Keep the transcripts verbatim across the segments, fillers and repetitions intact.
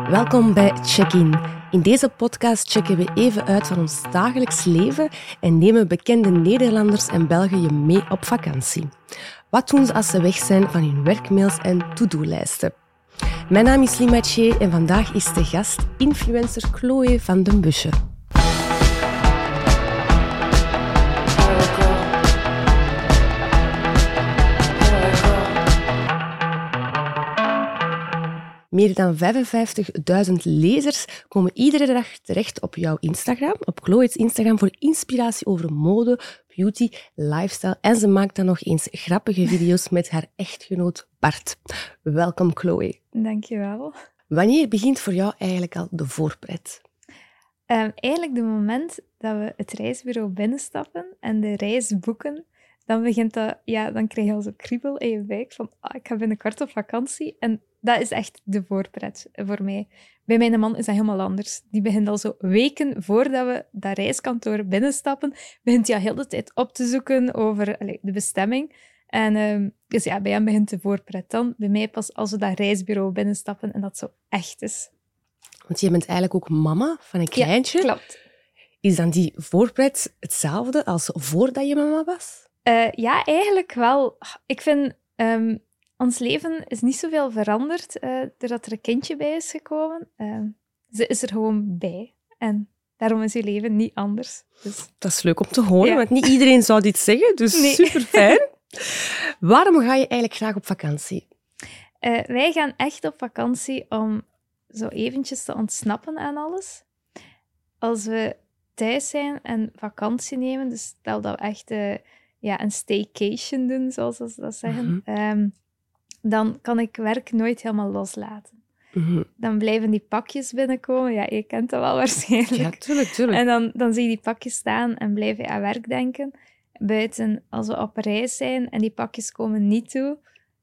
Welkom bij Check-in. In deze podcast checken we even uit van ons dagelijks leven en nemen bekende Nederlanders en Belgen je mee op vakantie. Wat doen ze als ze weg zijn van hun werkmails en to-do-lijsten? Mijn naam is Lima Tje en vandaag is de gast influencer Chloe van den Busche. Meer dan vijfenvijftigduizend lezers komen iedere dag terecht op jouw Instagram, op Chloe's Instagram, voor inspiratie over mode, beauty, lifestyle. En ze maakt dan nog eens grappige video's met haar echtgenoot Bart. Welkom, Chloe. Dankjewel. Wanneer begint voor jou eigenlijk al de voorpret? Um, eigenlijk de moment dat we het reisbureau binnenstappen en de reis boeken, dan begint dat, ja, dan krijg je al zo'n kriebel in je buik van ah, ik ga binnenkort op vakantie. En dat is echt de voorpret voor mij. Bij mijn man is dat helemaal anders. Die begint al zo weken voordat we dat reiskantoor binnenstappen, begint hij al heel de tijd op te zoeken over allez, de bestemming. En um, dus ja, bij hem begint de voorpret dan. Bij mij pas als we dat reisbureau binnenstappen en dat zo echt is. Want je bent eigenlijk ook mama van een kleintje. Ja, klopt. Is dan die voorpret hetzelfde als voordat je mama was? Uh, ja, eigenlijk wel. Ik vind... Um, Ons leven is niet zoveel veranderd uh, doordat er een kindje bij is gekomen. Uh, ze is er gewoon bij. En daarom is je leven niet anders. Dus... Dat is leuk om te horen, ja. want niet iedereen zou dit zeggen. Dus nee. Super fijn. Waarom ga je eigenlijk graag op vakantie? Uh, wij gaan echt op vakantie om zo eventjes te ontsnappen aan alles. Als we thuis zijn en vakantie nemen, dus stel dat we echt uh, ja, een staycation doen, zoals ze dat zeggen... Mm-hmm. Um, dan kan ik werk nooit helemaal loslaten. Mm-hmm. Dan blijven die pakjes binnenkomen. Ja, je kent dat wel waarschijnlijk. Ja, tuurlijk, tuurlijk. En dan, dan zie je die pakjes staan en blijf je aan werk denken. Buiten, als we op reis zijn en die pakjes komen niet toe,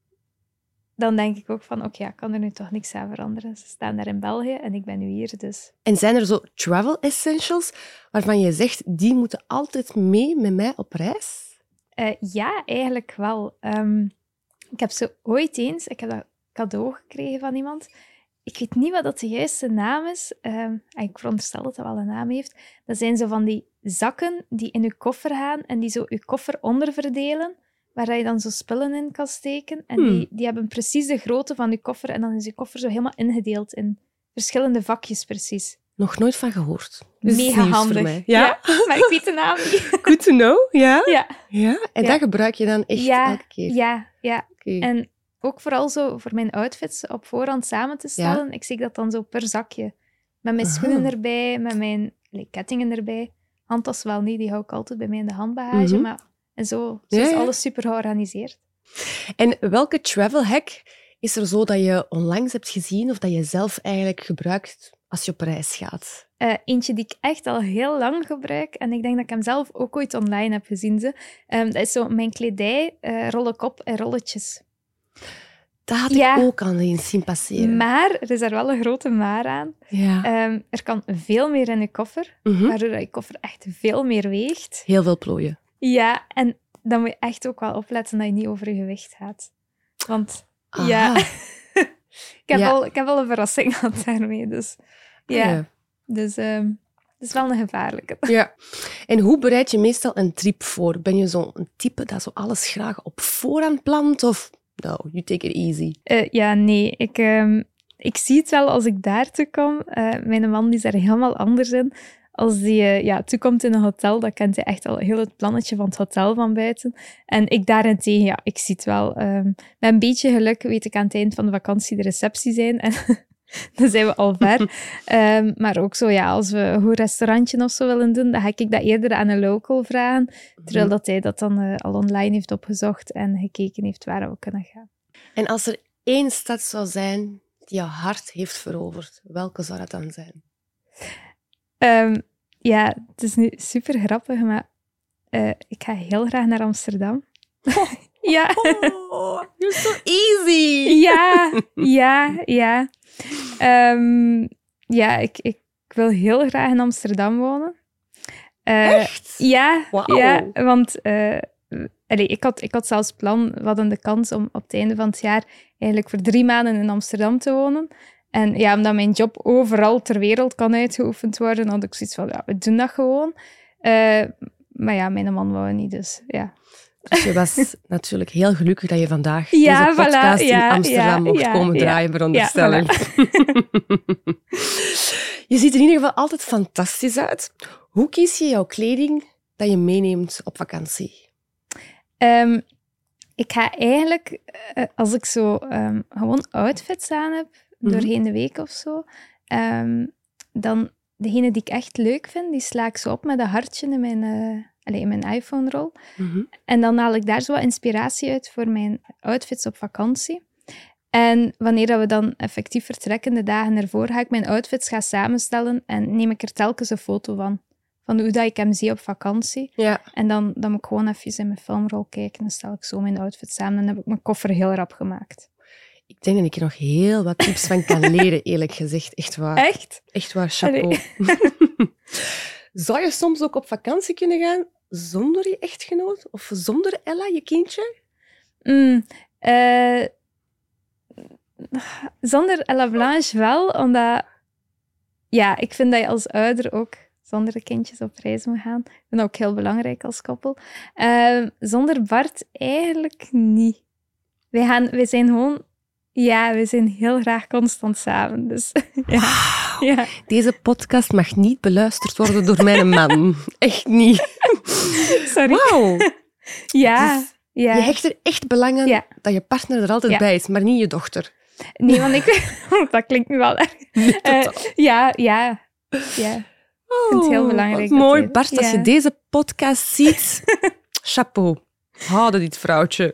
dan denk ik ook van, oké, okay, ik kan er nu toch niks aan veranderen. Ze staan daar in België en ik ben nu hier, dus... En zijn er zo travel essentials waarvan je zegt, die moeten altijd mee met mij op reis? Uh, ja, eigenlijk wel. Um, Ik heb zo ooit eens, ik heb dat cadeau gekregen van iemand. Ik weet niet wat dat de juiste naam is. Uh, ik veronderstel dat dat wel een naam heeft. Dat zijn zo van die zakken die in je koffer gaan en die zo je koffer onderverdelen, waar je dan zo spullen in kan steken. En hmm. die, die hebben precies de grootte van je koffer en dan is je koffer zo helemaal ingedeeld in verschillende vakjes precies. Nog nooit van gehoord. Dus mega handig. Mij. Ja? Ja, maar ik weet de naam niet. Good to know, ja. Ja. ja? En ja. dat gebruik je dan echt ja, elke keer? Ja, ja. Okay. En ook vooral zo voor mijn outfits op voorhand samen te stellen. Ja? Ik zie dat dan zo per zakje. Met mijn Aha. schoenen erbij, met mijn like, kettingen erbij. Handtas wel niet, die hou ik altijd bij mij in de handbagage. Mm-hmm. Maar en zo, zo ja, is ja. alles super georganiseerd. En welke travel hack is er zo dat je onlangs hebt gezien of dat je zelf eigenlijk gebruikt als je op reis gaat? Uh, eentje die ik echt al heel lang gebruik. En ik denk dat ik hem zelf ook ooit online heb gezien. Ze. Um, dat is zo mijn kledij, uh, rollen kop en rolletjes. Dat had ja, ik ook al eens zien passeren. Maar, er is daar wel een grote maar aan. Ja. Um, er kan veel meer in je koffer, mm-hmm. waardoor je koffer echt veel meer weegt. Heel veel plooien. Ja, en dan moet je echt ook wel opletten dat je niet over je gewicht gaat. Want, Aha. ja... ik, heb ja. al, ik heb al een verrassing gehad daarmee, dus... Ja, ja. dus um, het is wel een gevaarlijke. Ja. En hoe bereid je meestal een trip voor? Ben je zo'n type dat zo alles graag op voorhand plant? Of, no, you take it easy? Uh, ja, nee. Ik, um, ik zie het wel als ik daartoe kom. Uh, mijn man die is daar helemaal anders in. Als die uh, ja, toekomt in een hotel, dan kent hij echt al heel het plannetje van het hotel van buiten. En ik daarentegen, ja, ik zie het wel. Um, met een beetje geluk weet ik aan het eind van de vakantie de receptie zijn. En dan zijn we al ver. um, maar ook zo, ja, als we een goed restaurantje of zo willen doen, dan ga ik dat eerder aan een local vragen. Terwijl dat hij dat dan uh, al online heeft opgezocht en gekeken heeft waar we kunnen gaan. En als er één stad zou zijn die jouw hart heeft veroverd, welke zou dat dan zijn? Um, ja, het is nu super grappig, maar uh, ik ga heel graag naar Amsterdam. Oh. Ja. Oh, you're so easy. Ja, ja, ja. Um, ja, ik, ik wil heel graag in Amsterdam wonen. Uh, Echt? Ja, wow. ja, want uh, allee, ik, had, ik had zelfs plan, we hadden de kans om op het einde van het jaar eigenlijk voor drie maanden in Amsterdam te wonen. En ja, omdat mijn job overal ter wereld kan uitgeoefend worden, had ik zoiets van, ja, we doen dat gewoon. Uh, maar ja, mijn man wou niet, dus ja. Dus je was natuurlijk heel gelukkig dat je vandaag ja, deze podcast voilà, ja, in Amsterdam ja, mocht ja, komen ja, draaien, veronderstel ik. Ja, voilà. Je ziet er in ieder geval altijd fantastisch uit. Hoe kies je jouw kleding dat je meeneemt op vakantie? Um, ik ga eigenlijk, uh, als ik zo um, gewoon outfits aan heb, mm-hmm. doorheen de week of zo, um, dan degene die ik echt leuk vind, die sla ik zo op met een hartje in mijn, uh, allez, in mijn iPhone-rol. Mm-hmm. En dan haal ik daar zo wat inspiratie uit voor mijn outfits op vakantie. En wanneer we dan effectief vertrekken, de dagen ervoor, ga ik mijn outfits gaan samenstellen en neem ik er telkens een foto van. Van hoe dat ik hem zie op vakantie. Ja. En dan, dan moet ik gewoon even in mijn filmrol kijken. Dan stel ik zo mijn outfit samen en dan heb ik mijn koffer heel rap gemaakt. Ik denk dat ik er nog heel wat tips van kan leren, eerlijk gezegd. Echt waar. Echt? Echt waar, chapeau. Zou je soms ook op vakantie kunnen gaan zonder je echtgenoot? Of zonder Ella, je kindje? Mm, uh, zonder Ella Blanche wel, omdat... Ja, ik vind dat je als ouder ook zonder de kindjes op reis moet gaan. Ik vind dat ook heel belangrijk als koppel. Uh, zonder Bart eigenlijk niet. Wij, gaan, wij zijn gewoon... Ja, we zijn heel graag constant samen. Dus, ja. Wow. Ja. Deze podcast mag niet beluisterd worden door mijn man. Echt niet. Sorry. Wauw. Ja, dus ja. Je hecht er echt belang aan ja. dat je partner er altijd ja. bij is, maar niet je dochter. Nee, want ik... dat klinkt nu wel erg. Uh, ja, ja. Ja. Ik vind het heel belangrijk. Oh, mooi, je... Bart, ja. Als je deze podcast ziet, chapeau. Houden dit vrouwtje.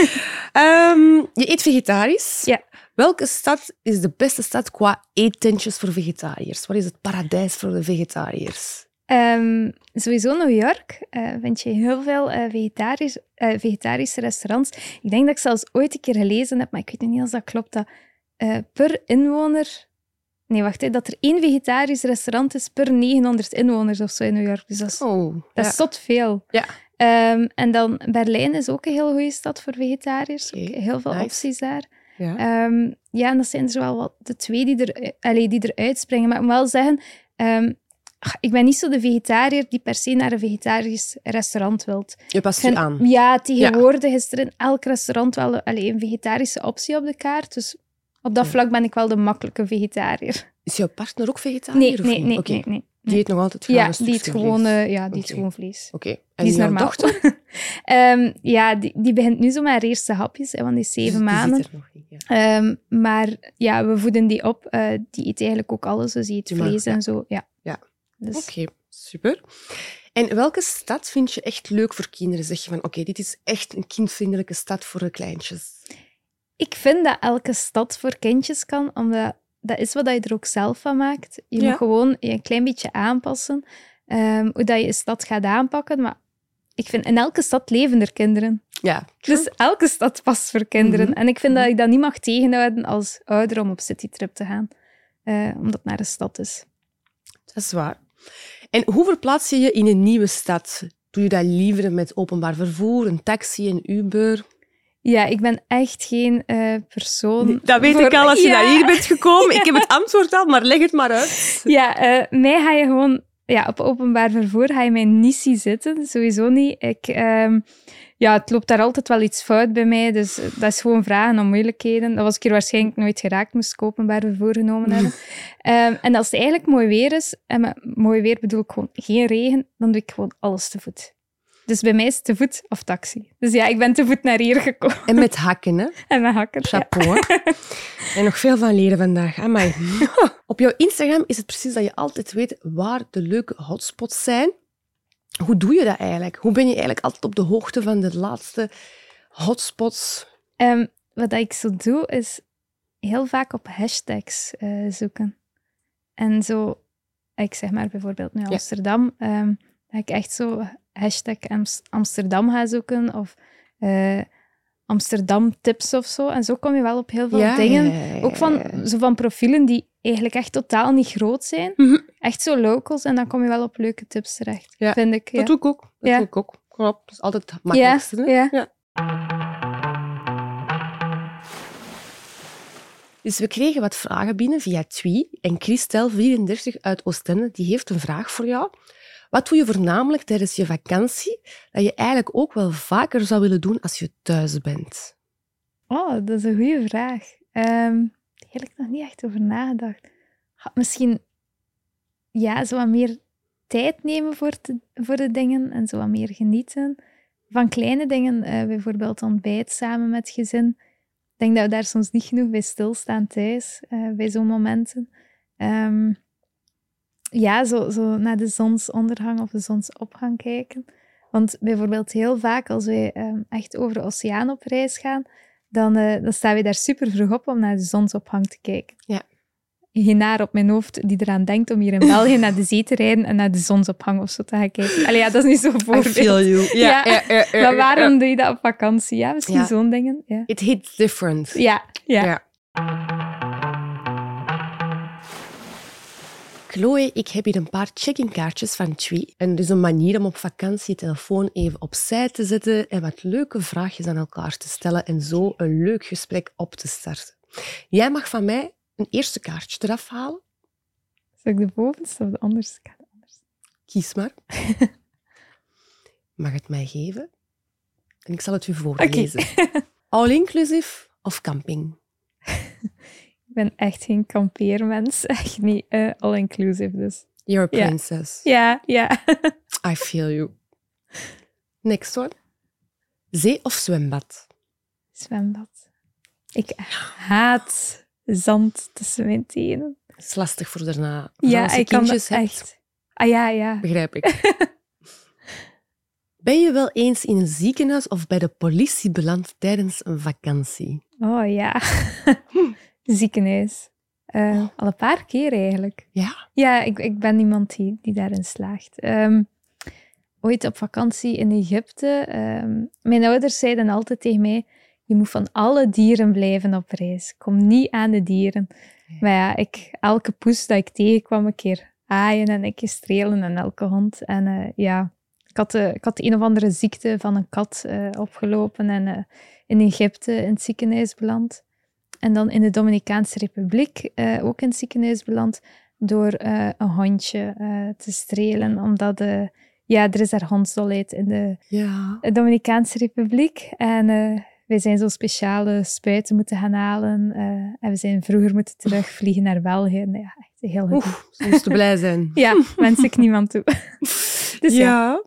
um, je eet vegetarisch. Ja. Welke stad is de beste stad qua eetentjes voor vegetariërs? Wat is het paradijs voor de vegetariërs? Um, sowieso New York uh, vind je heel veel uh, vegetarisch, uh, vegetarische restaurants. Ik denk dat ik zelfs ooit een keer gelezen heb, maar ik weet niet als dat klopt, dat uh, per inwoner... Nee, wacht, hè, dat er één vegetarisch restaurant is per negenhonderd inwoners of zo in New York. Dus dat is, oh, dat ja. is zot veel. Ja. Um, en dan Berlijn is ook een heel goede stad voor vegetariërs. Okay. Heel veel nice. opties daar. Ja. Um, ja, en dat zijn er wel wat de twee die, er, allez, die eruit springen. Maar ik moet wel zeggen, um, ik ben niet zo de vegetariër die per se naar een vegetarisch restaurant wilt. Je past je aan. Ja, tegenwoordig ja. is er in elk restaurant wel allez, een vegetarische optie op de kaart. Dus op dat ja. vlak ben ik wel de makkelijke vegetariër. Is jouw partner ook vegetariër? Nee, of nee, niet? nee, okay. nee, nee. Die eet nog altijd graag ja, een die eet gewoon, uh, ja, die okay. eet gewoon vlees. Oké. Okay. En die is jouw normaal. dochter? um, ja, die, die begint nu zo met haar eerste hapjes, hè, want die is zeven die maanden. Zit er nog niet, ja. um, maar ja, we voeden die op. Uh, die eet eigenlijk ook alles, dus die eet die vlees mag, en zo. Ja. ja. Dus. Oké, okay. Super. En welke stad vind je echt leuk voor kinderen? Zeg je van, oké, okay, dit is echt een kindvriendelijke stad voor de kleintjes. Ik vind dat elke stad voor kindjes kan, omdat dat is wat je er ook zelf van maakt. Je ja. moet gewoon je een klein beetje aanpassen, um, hoe dat je een stad gaat aanpakken. Maar ik vind, in elke stad leven er kinderen. Ja, dus elke stad past voor kinderen. Mm-hmm. En ik vind dat ik dat niet mag tegenhouden als ouder om op citytrip te gaan. Uh, omdat het naar een stad is. Dat is waar. En hoe verplaats je je in een nieuwe stad? Doe je dat liever met openbaar vervoer, een taxi, een Uber? Ja, ik ben echt geen uh, persoon... Dat weet voor... ik al als je ja. naar hier bent gekomen. Ja. Ik heb het antwoord al, maar leg het maar uit. Ja, uh, mij ga je gewoon... Ja, op openbaar vervoer ga je mij niet zien zitten. Sowieso niet. Ik, uh, ja, het loopt daar altijd wel iets fout bij mij. Dus dat is gewoon vragen om moeilijkheden. Dat was ik hier waarschijnlijk nooit geraakt, moest ik openbaar vervoer genomen hebben. um, en als het eigenlijk mooi weer is, en met mooi weer bedoel ik gewoon geen regen, dan doe ik gewoon alles te voet. Dus bij mij is het te voet of taxi. Dus ja, ik ben te voet naar hier gekomen. En met hakken, hè? En met hakken, chapeau, ja. hè? En nog veel van leren vandaag. Amai. Op jouw Instagram is het precies dat je altijd weet waar de leuke hotspots zijn. Hoe doe je dat eigenlijk? Hoe ben je eigenlijk altijd op de hoogte van de laatste hotspots? Um, wat ik zo doe, is heel vaak op hashtags uh, zoeken. En zo, ik zeg maar bijvoorbeeld nu Amsterdam, ja. um, dat ik echt zo... hashtag Amsterdam gaan zoeken of uh, Amsterdam tips of zo. En zo kom je wel op heel veel ja, dingen. Ja, ja, ja. Ook van, zo van profielen die eigenlijk echt totaal niet groot zijn. Mm-hmm. Echt zo locals. En dan kom je wel op leuke tips terecht, ja, vind ik. Ja. Dat doe ik ook. Dat ja. doe ik ook. Kom op, dat is altijd het makkelijkste. Ja, ja. ja. Dus we kregen wat vragen binnen via Twee. En Christel, vierendertig, uit Oostende, die heeft een vraag voor jou. Wat doe je voornamelijk tijdens je vakantie dat je eigenlijk ook wel vaker zou willen doen als je thuis bent? Oh, dat is een goede vraag. Um, daar heb ik nog niet echt over nagedacht. Misschien ja, zo wat meer tijd nemen voor, te, voor de dingen en zo wat meer genieten. Van kleine dingen, uh, bijvoorbeeld ontbijt samen met gezin. Ik denk dat we daar soms niet genoeg bij stilstaan thuis, uh, bij zo'n momenten. Um, ja, zo, zo naar de zonsondergang of de zonsopgang kijken. Want bijvoorbeeld heel vaak als wij um, echt over de oceaan op reis gaan, dan, uh, dan staan we daar super vroeg op om naar de zonsopgang te kijken. Ja. Geen haar op mijn hoofd die eraan denkt om hier in België naar de zee te rijden en naar de zonsopgang of zo te gaan kijken. Allee, ja, dat is niet zo'n voorbeeld. I feel you. Ja, ja. ja, ja, ja, maar waarom ja. doe je dat op vakantie? Ja, misschien Ja. zo'n dingen. Ja. It hits different. Ja, ja. Ja. Chloe, ik heb hier een paar check-in-kaartjes van Twee. En dus een manier om op vakantie je telefoon even opzij te zetten en wat leuke vraagjes aan elkaar te stellen en zo een leuk gesprek op te starten. Jij mag van mij een eerste kaartje eraf halen. Zal ik de bovenste of de onderste? Kies maar. Mag het mij geven? En ik zal het u voorlezen. Okay. All-inclusive of camping? Ik ben echt geen kampeermens. Echt niet uh, all-inclusive, dus. You're a princess. Ja, ja. I feel you. Next one. Zee of zwembad? Zwembad. Ik haat zand tussen mijn tenen. Het is lastig voor daarna. Ja, als je ik kan kindjes dat hebt, echt. Ah ja, ja. begrijp ik. Ben je wel eens in een ziekenhuis of bij de politie beland tijdens een vakantie? Oh ja. Ziekenhuis. Uh, Oh. Al een paar keer eigenlijk. Ja? Ja, ik, ik ben iemand die, die daarin slaagt. Um, ooit op vakantie in Egypte. Um, mijn ouders zeiden altijd tegen mij, je moet van alle dieren blijven op reis. Kom niet aan de dieren. Ja. Maar ja, ik, elke poes dat ik tegenkwam, een keer aaien en een keer strelen en elke hond. En uh, ja, ik had, de, ik had de een of andere ziekte van een kat uh, opgelopen en uh, in Egypte in het ziekenhuis beland. En dan in de Dominicaanse Republiek uh, ook in het ziekenhuis beland door uh, een hondje uh, te strelen. Omdat uh, ja, er is daar hondsdolheid in de Ja. Dominicaanse Republiek. En uh, wij zijn zo speciale spuiten moeten gaan halen. Uh, en we zijn vroeger moeten terugvliegen naar België. Nou ja, echt heel goed. Oef, ze moesten blij zijn. Ja, wens ik niemand toe. Dus ja. ja.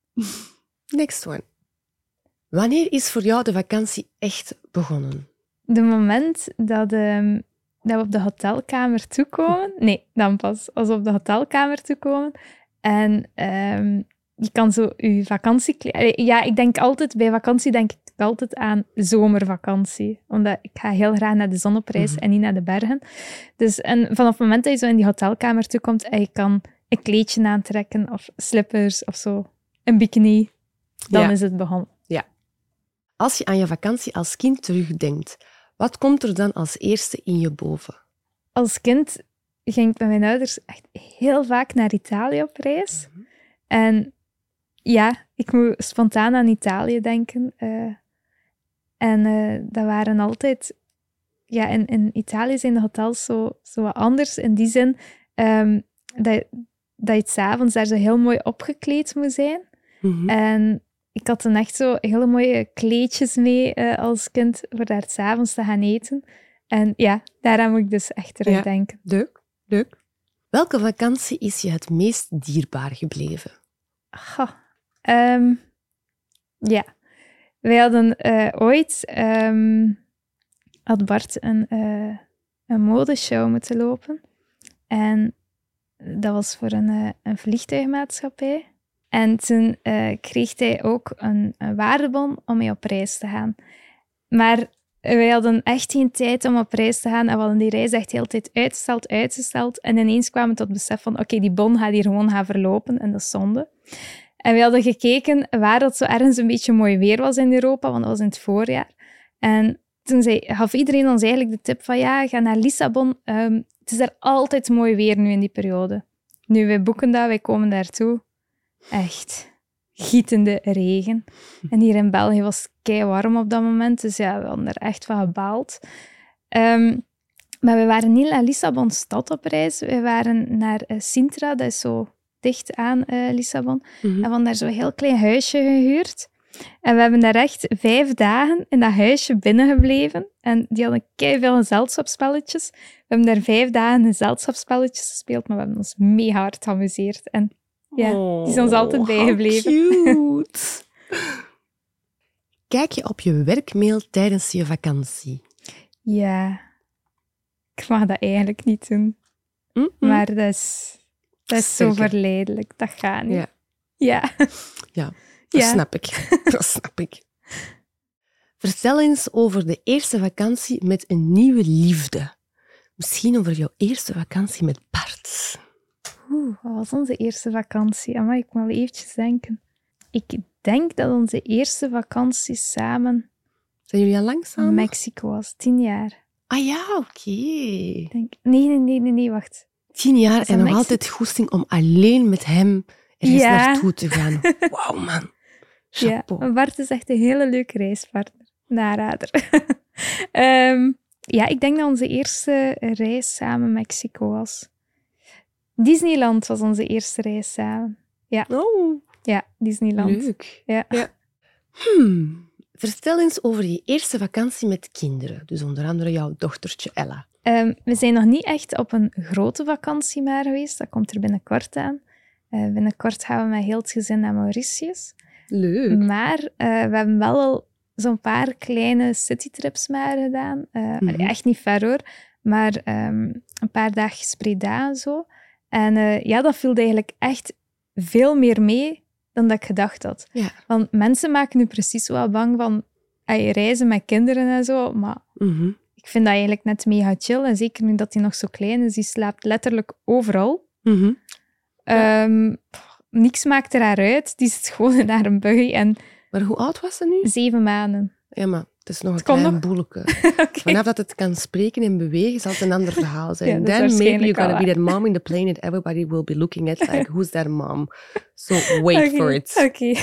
Next one. Wanneer is voor jou de vakantie echt begonnen? De moment dat, um, dat we op de hotelkamer toekomen... Nee, dan pas. Als we op de hotelkamer toekomen. En um, je kan zo je vakantie... Ja, ik denk altijd... Bij vakantie denk ik altijd aan zomervakantie. Omdat ik ga heel graag naar de zon op reis mm-hmm. en niet naar de bergen. Dus en vanaf het moment dat je zo in die hotelkamer toekomt en je kan een kleedje aantrekken of slippers of zo, een bikini, dan ja. is het begonnen. Ja. Als je aan je vakantie als kind terugdenkt, wat komt er dan als eerste in je boven? Als kind ging ik met mijn ouders echt heel vaak naar Italië op reis. Mm-hmm. En ja, ik moet spontaan aan Italië denken. Uh, en uh, dat waren altijd... Ja, in, in Italië zijn de hotels zo, zo wat anders. In die zin um, dat, dat je 's avonds daar zo heel mooi opgekleed moet zijn. Mm-hmm. En ik had dan echt zo hele mooie kleedjes mee uh, als kind voor daar 's avonds te gaan eten. En ja, daaraan moet ik dus echt terugdenken. Ja, leuk, leuk. Welke vakantie is je het meest dierbaar gebleven? Goh, um, ja, wij hadden uh, ooit... Um, had Bart een, uh, een modeshow moeten lopen. En dat was voor een, uh, een vliegtuigmaatschappij. En toen uh, kreeg hij ook een, een waardebon om mee op reis te gaan. Maar wij hadden echt geen tijd om op reis te gaan. En we hadden die reis echt de hele tijd uitgesteld, uitgesteld. En ineens kwamen we tot het besef van, oké, okay, die bon gaat hier gewoon gaan verlopen. En dat is zonde. En we hadden gekeken waar dat zo ergens een beetje mooi weer was in Europa, want dat was in het voorjaar. En toen zei, gaf iedereen ons eigenlijk de tip van, ja, ga naar Lissabon. Um, het is daar altijd mooi weer nu in die periode. Nu, wij boeken dat, wij komen daartoe. Echt gietende regen. En hier in België was het kei warm op dat moment, dus ja, we hadden er echt van gebaald. Um, Maar we waren niet naar Lissabon stad op reis. We waren naar uh, Sintra, dat is zo dicht aan uh, Lissabon. Mm-hmm. En we hadden daar zo'n heel klein huisje gehuurd. En we hebben daar echt vijf dagen in dat huisje binnengebleven. En die hadden keiveel gezelschapsspelletjes. We hebben daar vijf dagen gezelschapsspelletjes gespeeld, maar we hebben ons mega hard geamuseerd. En ja, oh, die is ons altijd bijgebleven. Cute. Kijk je op je werkmail tijdens je vakantie? Ja, ik mag dat eigenlijk niet doen. Mm-mm. Maar dat is, dat is zo Sterker. verleidelijk. Dat gaat niet. Ja. Ja. Ja, dat Ja. snap ik. Dat snap ik. Vertel eens over de eerste vakantie met een nieuwe liefde. Misschien over jouw eerste vakantie met Bart. Oeh, wat was onze eerste vakantie? Amai, ik moet wel eventjes denken. Ik denk dat onze eerste vakantie samen Zijn jullie al lang in samen? Mexico was. Tien jaar. Ah ja, oké. Ik Denk... Nee, nee, nee, nee, nee, wacht. Tien jaar dat en nog Mexico? altijd goesting om alleen met hem ergens Ja. naartoe te gaan. Wauw, man. Chapeau. Ja, Bart is echt een hele leuke reispartner. Een aanrader. um, ja, ik denk dat onze eerste reis samen Mexico was. Disneyland was onze eerste reis samen. Oh, Ja, Disneyland. leuk. Ja. Ja. Hmm. Vertel eens over je eerste vakantie met kinderen. Dus onder andere jouw dochtertje Ella. Um, we zijn nog niet echt op een grote vakantie maar geweest. Dat komt er binnenkort aan. Uh, binnenkort gaan we met heel het gezin naar Mauritius. Leuk. Maar uh, we hebben wel al zo'n paar kleine citytrips maar gedaan. Uh, Mhm. allee, echt niet ver hoor. Maar um, een paar dagjes Breda en zo. En uh, ja, dat viel eigenlijk echt veel meer mee dan dat ik gedacht had. Ja. Want mensen maken nu precies wel bang van ay, reizen met kinderen en zo. Maar Mhm. ik vind dat eigenlijk net mega chill. En zeker nu dat hij nog zo klein is, die slaapt letterlijk overal. Mhm. Um, pff, niks maakt er haar uit. Die zit gewoon in haar buggy en Maar hoe oud was ze nu? zeven maanden. Ja, maar het is nog een Het komt klein nog. boelke. Oké. Vanaf dat het kan spreken en bewegen, zal het een ander verhaal zijn. Ja, dat is Then maybe you're waarschijnlijk gonna wel be that mom in the plane that everybody will be looking at like, who's that mom? So wait Oké, for it. Oké.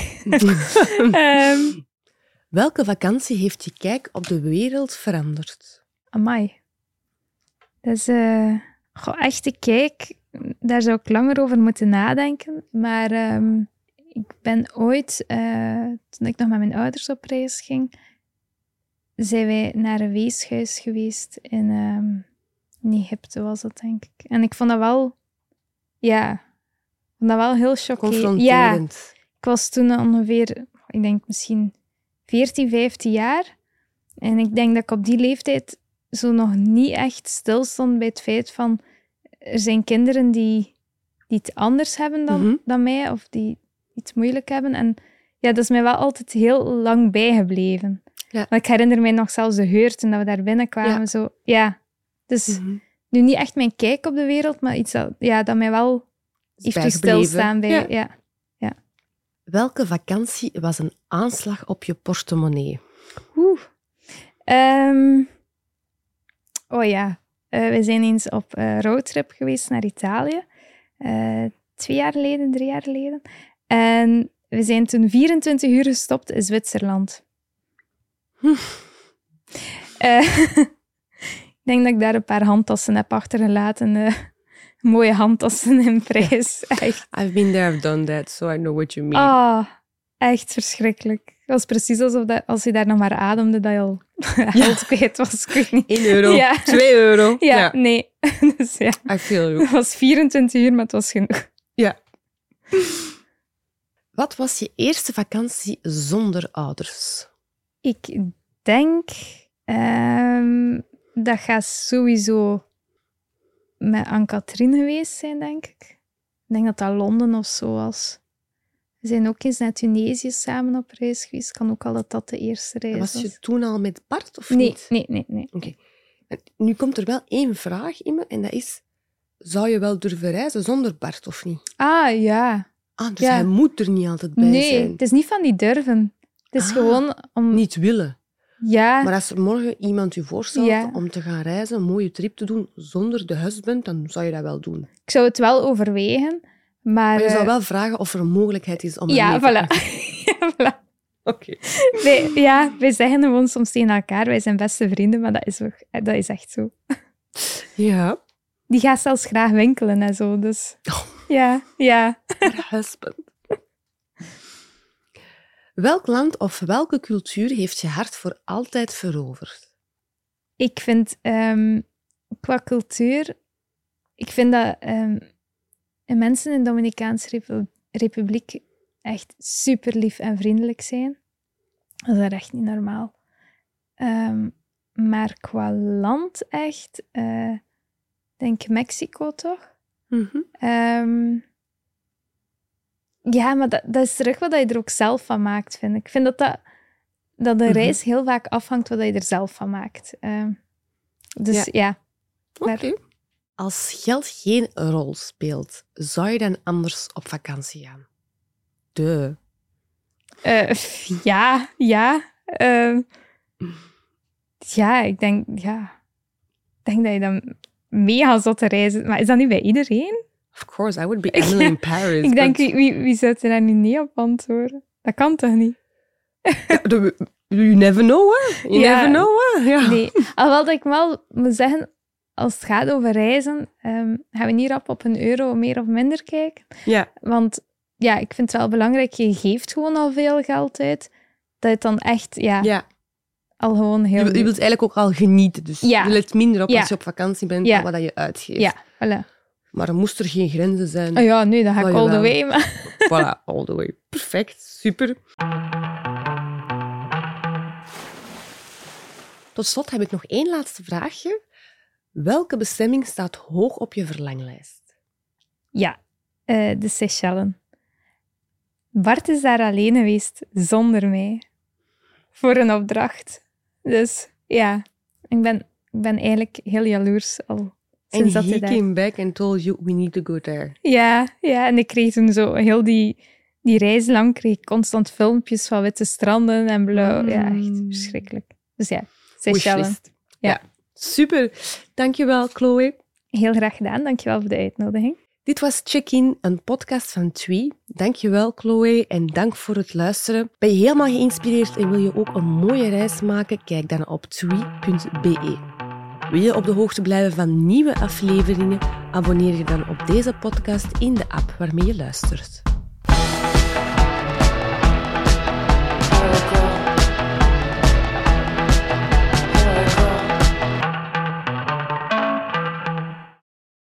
um, Welke vakantie heeft je kijk op de wereld veranderd? amai. Dat is uh, goh, echt de kijk. Daar zou ik langer over moeten nadenken. Maar um, ik ben ooit, uh, toen ik nog met mijn ouders op reis ging, zijn wij naar een weeshuis geweest in, um, in Egypte, was dat denk ik. En ik vond dat wel, ja, ik vond dat wel heel chockerend. Ja, Confronterend. ik was toen ongeveer, ik denk misschien veertien, vijftien jaar. En ik denk dat ik op die leeftijd zo nog niet echt stilstond bij het feit van er zijn kinderen die, die het anders hebben dan, Mhm. dan mij, of die iets moeilijk hebben. En ja, dat is mij wel altijd heel lang bijgebleven. Ja. Want ik herinner mij nog zelfs de geur toen dat we daar binnenkwamen. Ja. Zo, ja. Dus Mhm. nu niet echt mijn kijk op de wereld, maar iets dat, ja, dat mij wel Is heeft doen bijgebleven. stilstaan bij. Ja. Ja. Welke vakantie was een aanslag op je portemonnee? Oeh. Ehm, oh ja, uh, we zijn eens op uh, roadtrip geweest naar Italië. Uh, twee jaar geleden, drie jaar geleden. En we zijn toen vierentwintig uur gestopt in Zwitserland. Hm. Uh, ik denk dat ik daar een paar handtassen heb achtergelaten. Uh, mooie handtassen in prijs. Echt. I've been there, I've done that, so I know what you mean. Ah, echt verschrikkelijk. Het was precies alsof dat, als je daar nog maar ademde, dat je al geld kwijt was. Ik weet niet. één euro, Ja. twee euro. Ja, Ja, nee. Dus ja, I feel you. het was vierentwintig uur, maar het was genoeg. Ja. Wat was je eerste vakantie zonder ouders? Ik denk... ehm, dat gaat sowieso met Anne-Catherine geweest zijn, denk ik. Ik denk dat dat Londen of zo was. We zijn ook eens naar Tunesië samen op reis geweest. Kan ook al dat dat de eerste reis was. Was je toen al met Bart of Nee, niet? nee, nee, nee. Oké. En nu komt er wel één vraag in me en dat is: zou je wel durven reizen zonder Bart of niet? Ah, ja. Ah, dus Ja. hij moet er niet altijd bij Nee, zijn. het is niet van die durven. Het is Ah, gewoon om... Niet willen. Ja, Maar als er morgen iemand je voorstelt Ja. om te gaan reizen, een mooie trip te doen zonder de husband, dan zou je dat wel doen. ik zou het wel overwegen, maar... Maar je eh, zou wel vragen of er een mogelijkheid is om Ja, ermee te voilà. gaan. ja, voilà. Oké. Wij, ja, wij zeggen gewoon soms tegen elkaar, wij zijn beste vrienden, maar dat is, ook, dat is echt zo. Ja. Die gaat zelfs graag winkelen en zo. Dus Oh. ja, ja. Haar husband. Welk land of welke cultuur heeft je hart voor altijd veroverd? Ik vind um, qua cultuur, ik vind dat um, mensen in de Dominicaanse Repu- Republiek echt super lief en vriendelijk zijn. Dat is echt niet normaal. Um, maar qua land echt, uh, denk Mexico toch? Mm-hmm. Um, ja, maar dat, dat is terug wat je er ook zelf van maakt, vind ik. Ik vind dat, dat, dat de Mm-hmm. reis heel vaak afhangt wat je er zelf van maakt. Um, dus ja. ja. Oké. Okay. Als geld geen rol speelt, zou je dan anders op vakantie gaan? De. Uh, ja, ja. Uh, ja, ik denk, ja. Ik denk dat je dan mega zotte reizen... Maar is dat niet bij iedereen? Of course, I would be Emily in Paris. Ik denk, but... wie, wie, wie zou er daar nu niet op antwoorden? Dat kan toch niet? Ja, you never know, hè? You ja, never know, hè? Ja. Nee. Alhoewel dat ik wel moet zeggen, als het gaat over reizen, um, gaan we niet rap op een euro meer of minder kijken. Ja. Want ja, ik vind het wel belangrijk, je geeft gewoon al veel geld uit, dat het dan echt, ja... ja. Al gewoon heel... Je, je wilt eigenlijk ook al genieten, dus ja. je let minder op ja. als je op vakantie bent ja. dan wat je uitgeeft. Ja, voilà. Maar er moest er geen grenzen zijn. Oh ja, nee, dan ga ik oh, all the way. Maar... Voilà, all the way. Perfect, super. Tot slot heb ik nog één laatste vraagje. Welke bestemming staat hoog op je verlanglijst? Ja, uh, de Seychellen. Bart is daar alleen geweest, zonder mij. Voor een opdracht. Dus ja, ik ben, ik ben eigenlijk heel jaloers al sinds dat hij daar... And he came back and told you, we need to go there. Ja, ja, en ik kreeg toen zo heel die, die reis lang, kreeg ik constant filmpjes van witte stranden en blauw. Mm. Ja, echt verschrikkelijk. Dus ja, Seychellen. Ja. ja, super. Dankjewel, Chloe. Heel graag gedaan, dankjewel voor de uitnodiging. Dit was Check-in, een podcast van Twee. Dankjewel, Chloe, en dank voor het luisteren. Ben je helemaal geïnspireerd en wil je ook een mooie reis maken? Kijk dan op twee punt b e. Wil je op de hoogte blijven van nieuwe afleveringen? Abonneer je dan op deze podcast in de app waarmee je luistert.